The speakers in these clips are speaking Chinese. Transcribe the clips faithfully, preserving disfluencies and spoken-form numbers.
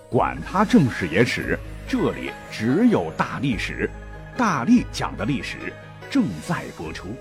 管他正史野史，这里只有大历史，大力讲的历史正在播出。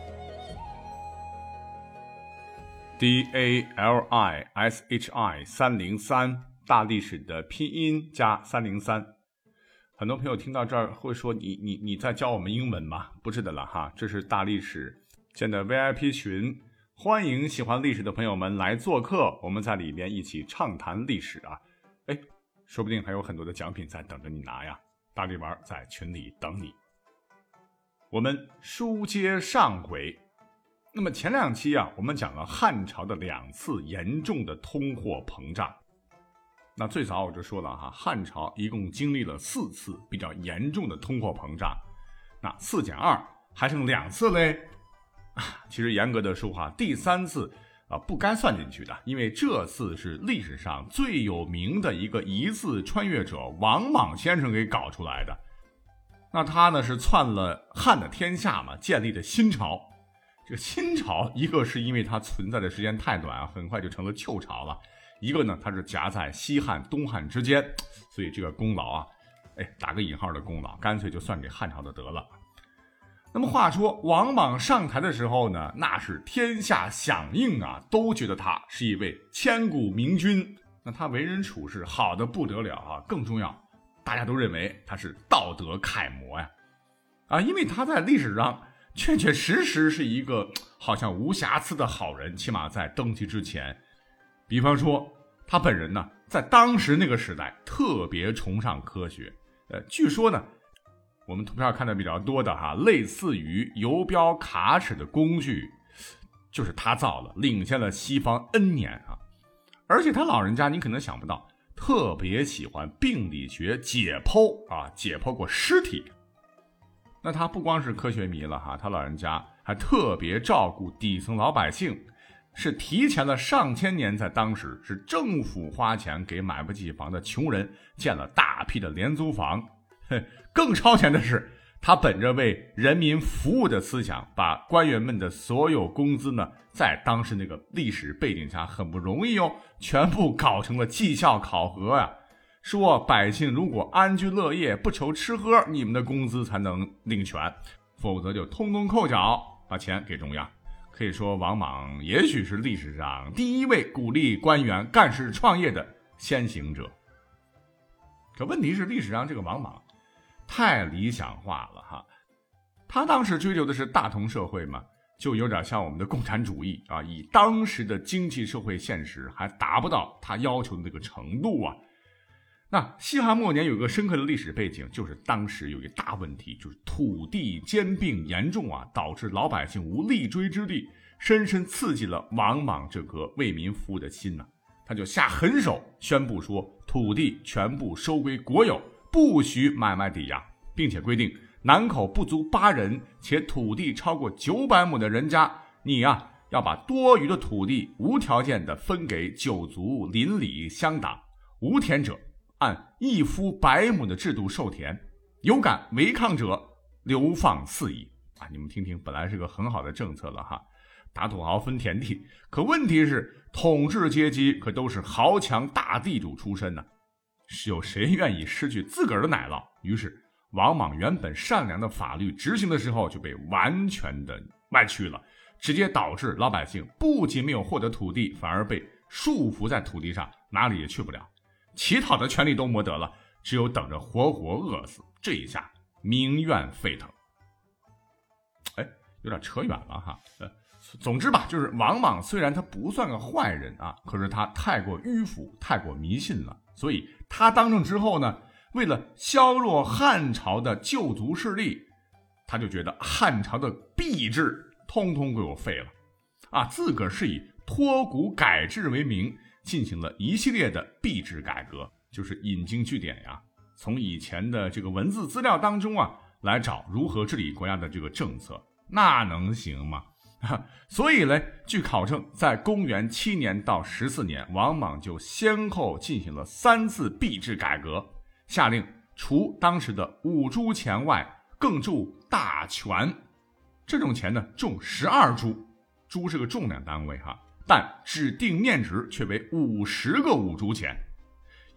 D A L I S H I 三零三，大历史的拼音加三零三。很多朋友听到这儿会说你你你在教我们英文吗？不是的了哈，这是大历史建的 V I P 群，欢迎喜欢历史的朋友们来做客，我们在里面一起畅谈历史啊。哎，说不定还有很多的奖品在等着你拿呀。大力丸在群里等你。我们书接上回，那么前两期啊，我们讲了汉朝的两次严重的通货膨胀。那最早我就说了哈，汉朝一共经历了四次比较严重的通货膨胀，那四减二还剩两次嘞。其实严格的说哈，第三次啊不该算进去的，因为这次是历史上最有名的一个疑似穿越者王莽先生给搞出来的。那他呢是篡了汉的天下嘛，建立的新朝。这个新朝一个是因为它存在的时间太短啊，很快就成了旧朝了。一个呢，它是夹在西汉、东汉之间，所以这个功劳啊，哎，打个引号的功劳，干脆就算给汉朝的得了。那么话说，王莽上台的时候呢，那是天下响应啊，都觉得他是一位千古明君。那他为人处事好的不得了啊，更重要，大家都认为他是道德楷模呀，啊，因为他在历史上确确实实是一个好像无瑕疵的好人，起码在登基之前。比方说他本人呢，在当时那个时代特别崇尚科学，呃，据说呢，我们图片看的比较多的哈，类似于游标卡尺的工具，就是他造的，领先了西方 N 年啊。而且他老人家你可能想不到，特别喜欢病理学解剖啊，解剖过尸体。那他不光是科学迷了哈，他老人家还特别照顾底层老百姓。是提前了上千年，在当时是政府花钱给买不起房的穷人建了大批的廉租房。更超前的是，他本着为人民服务的思想，把官员们的所有工资呢，在当时那个历史背景下很不容易哦，全部搞成了绩效考核呀、啊。说百姓如果安居乐业，不愁吃喝，你们的工资才能领全，否则就通通扣缴，把钱给中央。可以说王莽也许是历史上第一位鼓励官员干事创业的先行者。可问题是历史上这个王莽太理想化了哈，他当时追求的是大同社会嘛，就有点像我们的共产主义啊，以当时的经济社会现实还达不到他要求的那个程度啊。那西汉末年有一个深刻的历史背景，就是当时有一个大问题，就是土地兼并严重啊，导致老百姓无立锥之地，深深刺激了王莽这颗为民服务的心呢、啊。他就下狠手，宣布说土地全部收归国有，不许买卖抵押，并且规定南口不足八人且土地超过九百亩的人家，你啊要把多余的土地无条件的分给九族邻里乡党，无田者按一夫百亩的制度授田，有敢违抗者流放四夷啊！你们听听，本来是个很好的政策了哈，打土豪分田地。可问题是，统治阶级可都是豪强大地主出身呢、啊，是有谁愿意失去自个儿的奶酪？于是，王莽原本善良的法律执行的时候就被完全的歪曲了，直接导致老百姓不仅没有获得土地，反而被束缚在土地上，哪里也去不了。乞讨的权利都没得了，只有等着活活饿死。这一下民怨沸腾。哎，有点扯远了哈。呃，总之吧，就是王莽虽然他不算个坏人啊，可是他太过迂腐，太过迷信了。所以他当政之后呢，为了削弱汉朝的旧族势力，他就觉得汉朝的币制通通给我废了啊，自个儿是以脱谷改制为名，进行了一系列的币制改革，就是引经据典呀，从以前的这个文字资料当中啊，来找如何治理国家的这个政策，那能行吗？所以呢，据考证，在公元七年到十四年，王莽就先后进行了三次币制改革，下令除当时的五铢钱外，更铸大权。这种钱呢，重十二铢，铢是个重量单位哈，但指定面值却为五十个五铢钱。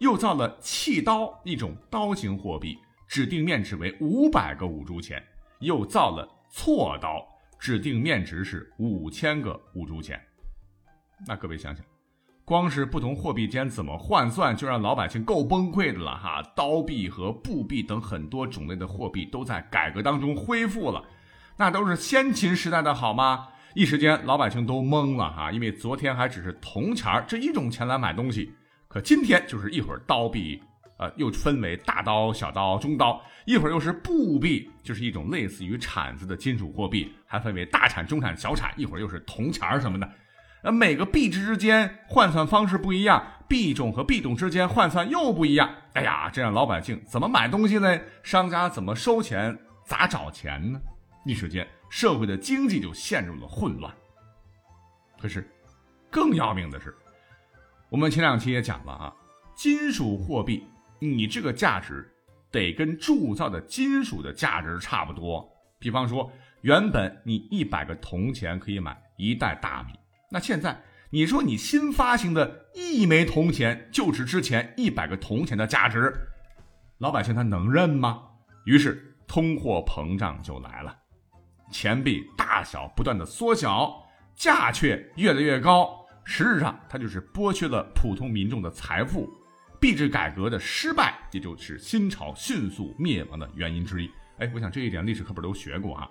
又造了契刀，一种刀形货币，指定面值为五百个五铢钱，又造了错刀，指定面值是五千个五铢钱。那各位想想，光是不同货币间怎么换算，就让老百姓够崩溃的了哈。刀币和布币等很多种类的货币都在改革当中恢复了，那都是先秦时代的好吗？一时间老百姓都懵了哈，因为昨天还只是铜钱这一种钱来买东西，可今天就是一会儿刀币，呃，又分为大刀、小刀、中刀，一会儿又是布币，就是一种类似于铲子的金属货币，还分为大铲、中铲、小铲，一会儿又是铜钱什么的。而每个币值之间换算方式不一样，币种和币种之间换算又不一样。哎呀，这让老百姓怎么买东西呢？商家怎么收钱？咋找钱呢？一时间，社会的经济就陷入了混乱。可是，更要命的是，我们前两期也讲了啊，金属货币，你这个价值得跟铸造的金属的价值差不多。比方说，原本你一百个铜钱可以买一袋大米。那现在你说你新发行的一枚铜钱就值之前一百个铜钱的价值，老百姓他能认吗？于是通货膨胀就来了，钱币大小不断的缩小，价却越来越高，实质上它就是剥削了普通民众的财富。币制改革的失败，也就是新朝迅速灭亡的原因之一。哎，我想这一点历史课本都学过哈。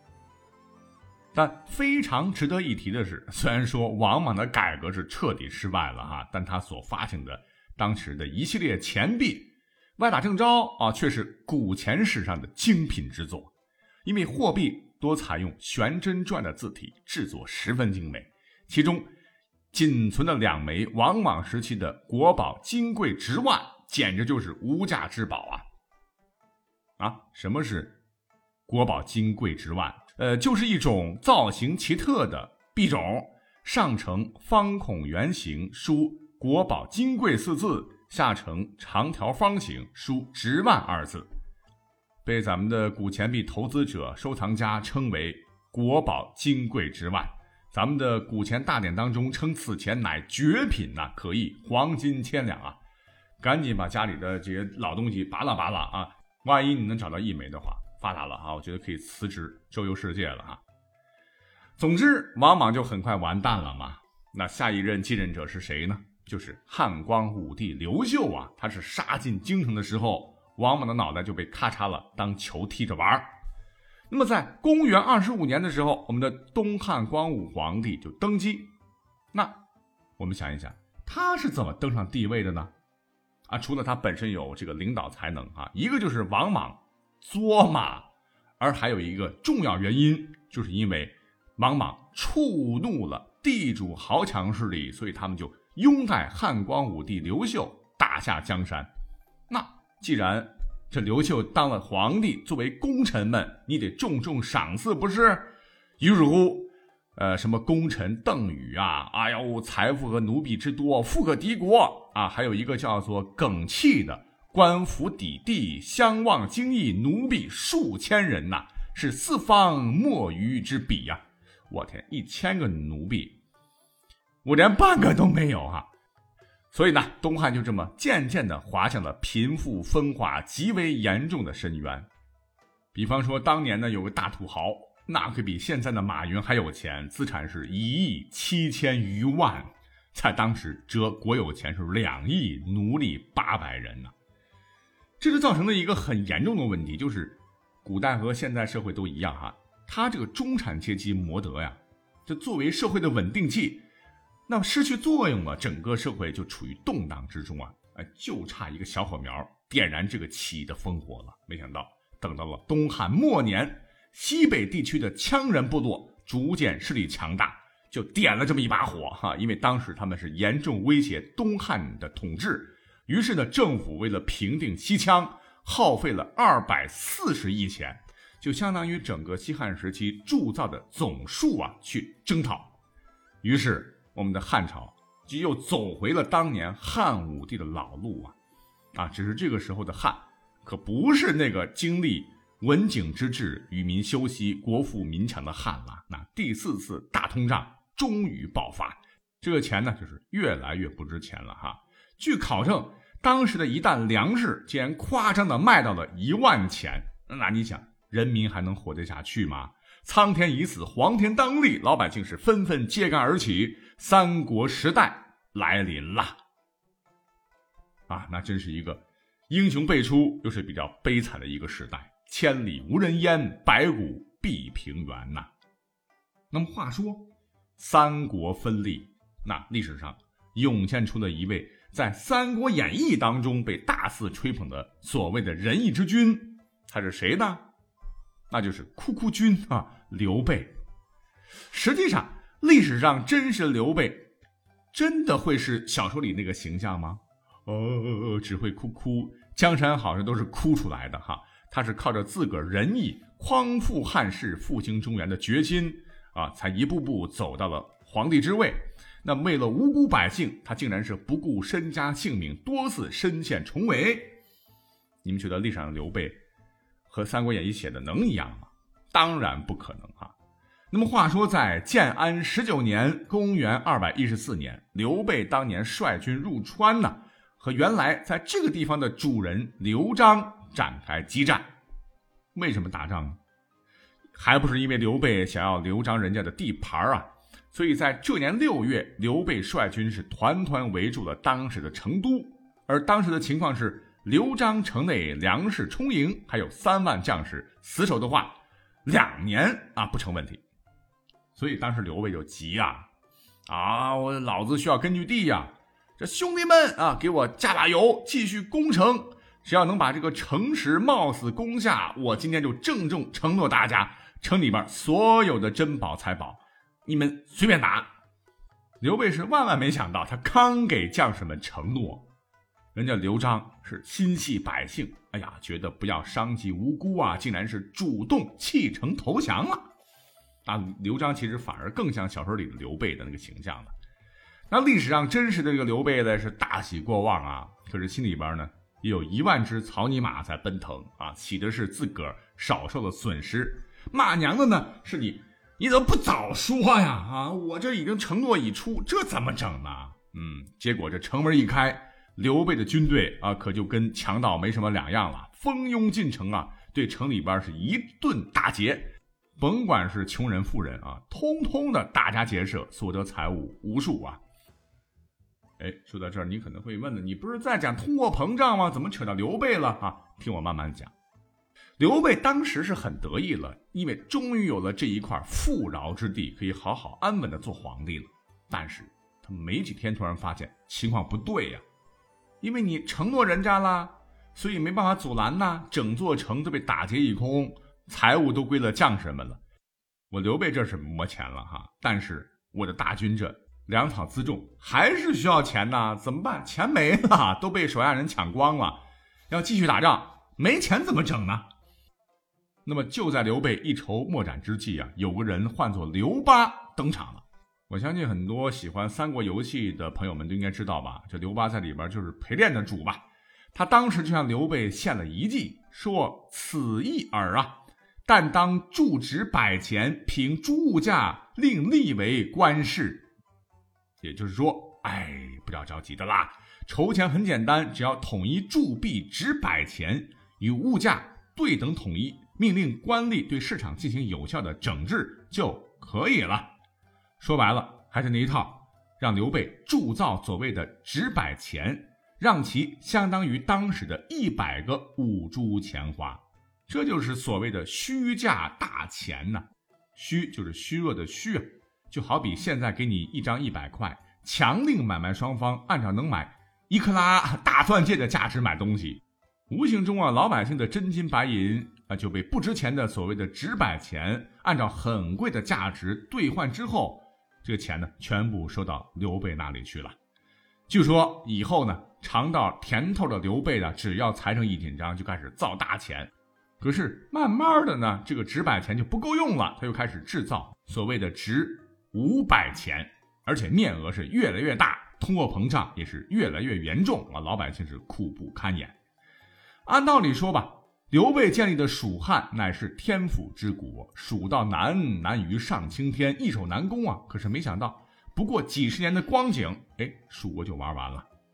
但非常值得一提的是，虽然说王莽的改革是彻底失败了哈，但他所发行的当时的一系列钱币，歪打正着啊，却是古钱史上的精品之作。因为货币多采用悬针篆的字体，制作十分精美。其中仅存的两枚王莽时期的国宝金桂直万，简直就是无价之宝啊！啊，什么是国宝金桂直万？呃，就是一种造型奇特的币种，上呈方孔圆形，书国宝金桂四字，下呈长条方形，书直万二字，被咱们的古钱币投资者、收藏家称为国宝金桂直万。咱们的古钱大典当中称此钱乃绝品呐、啊，可议黄金千两啊！赶紧把家里的这些老东西拔拉拔拉啊！万一你能找到一枚的话，发达了啊！我觉得可以辞职周游世界了哈。总之，王莽就很快完蛋了嘛。那下一任继任者是谁呢？就是汉光武帝刘秀啊！他是杀进京城的时候，王莽的脑袋就被咔嚓了，当球踢着玩。那么在公元二十五年的时候，我们的东汉光武皇帝就登基。那我们想一想，他是怎么登上帝位的呢？啊，除了他本身有这个领导才能啊，一个就是王莽作嘛，而还有一个重要原因，就是因为王莽触怒了地主豪强势力，所以他们就拥戴汉光武帝刘秀，打下江山。那既然这刘秀当了皇帝，作为功臣们，你得重重赏赐，不是？于是乎，呃，什么功臣邓禹啊，哎呦，财富和奴婢之多，富可敌国啊！还有一个叫做耿气的，官府邸地，相望京邑，奴婢数千人呐、啊，是四方莫与之比呀、啊！我天，一千个奴婢，我连半个都没有哈、啊！所以呢，东汉就这么渐渐地滑向了贫富分化极为严重的深渊。比方说，当年呢有个大土豪，那可比现在的马云还有钱，资产是一亿七千余万，在当时折国有钱是两亿，奴隶八百人呢、啊。这就造成了一个很严重的问题，就是古代和现代社会都一样哈，他这个中产阶级摩德呀，就作为社会的稳定器。那失去作用了，整个社会就处于动荡之中啊！哎，就差一个小火苗点燃这个起义的烽火了。没想到，等到了东汉末年，西北地区的羌人部落逐渐势力强大，就点了这么一把火哈！因为当时他们是严重威胁东汉的统治，于是呢，政府为了平定西羌，耗费了二百四十亿钱，就相当于整个西汉时期铸造的总数啊，去征讨。于是我们的汉朝就又走回了当年汉武帝的老路啊！啊，只是这个时候的汉可不是那个经历文景之治、与民休息、国富民强的汉了。那第四次大通胀终于爆发，这个钱呢就是越来越不值钱了哈。据考证， 当时的一担粮食竟然夸张的卖到了一万钱，那你想人民还能活得下去吗？苍天已死，黄天当立，老百姓是纷纷揭竿而起，三国时代来临了啊！那真是一个英雄辈出又是比较悲惨的一个时代，千里无人烟，白骨蔽平原呐。那么话说三国分立，那历史上涌现出了一位在《三国演义》当中被大肆吹捧的所谓的仁义之君，他是谁呢？那就是哭哭君啊，刘备。实际上历史上真实刘备真的会是小说里那个形象吗？哦，只会哭哭，江山好像都是哭出来的哈。他是靠着自个儿仁义匡复汉室复兴中原的决心啊，才一步步走到了皇帝之位。那为了无辜百姓，他竟然是不顾身家性命，多次身陷重围。你们觉得历史上的刘备和《三国演义》写的能一样吗？当然不可能哈。那么话说在建安十九年，公元二百一十四年，刘备当年率军入川呢，和原来在这个地方的主人刘璋展开激战。为什么打仗呢？还不是因为刘备想要刘璋人家的地盘啊。所以在这年六月，刘备率军是团团围住了当时的成都，而当时的情况是刘璋城内粮食充盈，还有三万将士死守的话，两年啊不成问题。所以当时刘备就急啊，啊，我老子需要根据地呀、啊！这兄弟们啊，给我加把油，继续攻城！只要能把这个城池冒死攻下，我今天就郑重承诺大家，城里边所有的珍宝财宝，你们随便打。刘备是万万没想到，他刚给将士们承诺，人家刘璋是心系百姓，哎呀，觉得不要伤及无辜啊，竟然是主动弃城投降了。啊，刘璋其实反而更像小说里的刘备的那个形象了。那历史上真实的这个刘备呢，是大喜过望啊，可是心里边呢也有一万只草泥马在奔腾啊，喜的是自个儿少受了损失，骂娘的呢是你你怎么不早说呀？啊，我这已经承诺已出，这怎么整呢？嗯，结果这城门一开，刘备的军队啊，可就跟强盗没什么两样了，蜂拥进城啊，对城里边是一顿打劫。甭管是穷人富人啊，通通的大家劫舍，所得财物无数啊。哎，说到这儿，你可能会问了，你不是在讲通货膨胀吗？怎么扯到刘备了啊？听我慢慢讲。刘备当时是很得意了，因为终于有了这一块富饶之地，可以好好安稳的做皇帝了。但是他没几天突然发现情况不对呀、啊，因为你承诺人家了，所以没办法阻拦呐，整座城都被打劫一空，财物都归了将士们了。我刘备这是没钱了哈，但是我的大军这粮草辎重还是需要钱呐，怎么办？钱没了，都被手下人抢光了，要继续打仗，没钱怎么整呢？那么就在刘备一筹莫展之际啊，有个人唤作刘巴登场了。我相信很多喜欢三国游戏的朋友们都应该知道吧，这刘巴在里边就是陪练的主吧。他当时就向刘备献了一计，说此意耳啊，但当铸值百钱，凭诸物价，另立为官事。也就是说，哎，不要着急的啦，筹钱很简单，只要统一铸币值百钱，与物价对等统一，命令官吏对市场进行有效的整治就可以了。说白了，还是那一套，让刘备铸造所谓的值百钱，让其相当于当时的一百个五铢钱花。这就是所谓的虚价大钱呐，虚就是虚弱的虚啊，就好比现在给你一张一百块，强令买卖双方按照能买一克拉大钻戒的价值买东西，无形中啊，老百姓的真金白银啊就被不值钱的所谓的值百钱按照很贵的价值兑换之后，这个钱呢全部收到刘备那里去了。据说以后呢，尝到甜头的刘备呢，只要财政一紧张就开始造大钱。可是慢慢的呢，这个值百钱就不够用了，他又开始制造所谓的值五百钱，而且面额是越来越大，通货膨胀也是越来越严重啊，老百姓是苦不堪言。按道理说吧，刘备建立的蜀汉乃是天府之国，蜀道难，难于上青天，易守难攻啊。可是没想到，不过几十年的光景，哎，蜀国就玩完了。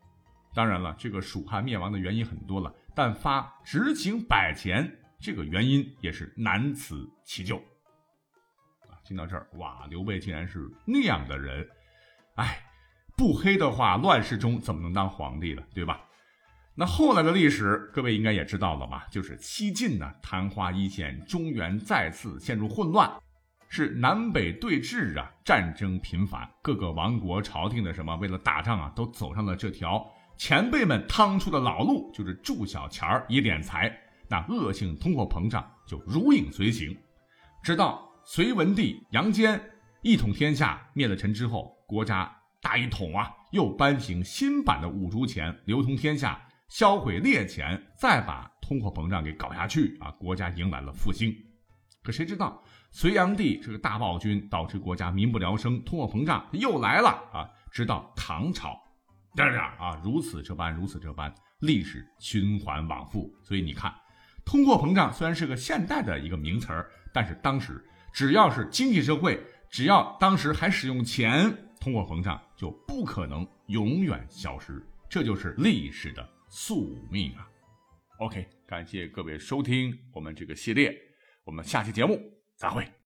当然了，这个蜀汉灭亡的原因很多了，但发执行百钱这个原因也是难辞其咎。听到这儿，哇，刘备竟然是那样的人，哎，不黑的话，乱世中怎么能当皇帝了，对吧？那后来的历史，各位应该也知道了吧？就是西晋呢，昙花一现，中原再次陷入混乱，是南北对峙啊，战争频繁，各个王国朝廷的什么，为了打仗啊，都走上了这条前辈们趟出的老路，就是铸小钱儿以敛财，那恶性通货膨胀就如影随形，直到隋文帝杨坚一统天下灭了陈之后，国家大一统啊，又颁行新版的五铢钱流通天下，销毁劣钱，再把通货膨胀给搞下去啊，国家迎来了复兴。可谁知道隋炀帝这个大暴君导致国家民不聊生，通货膨胀又来了啊，直到唐朝当然啊，如此这般如此这般，历史循环往复。所以你看，通货膨胀虽然是个现代的一个名词儿，但是当时只要是经济社会，只要当时还使用钱，通货膨胀就不可能永远消失，这就是历史的宿命啊。 OK， 感谢各位收听我们这个系列，我们下期节目再会。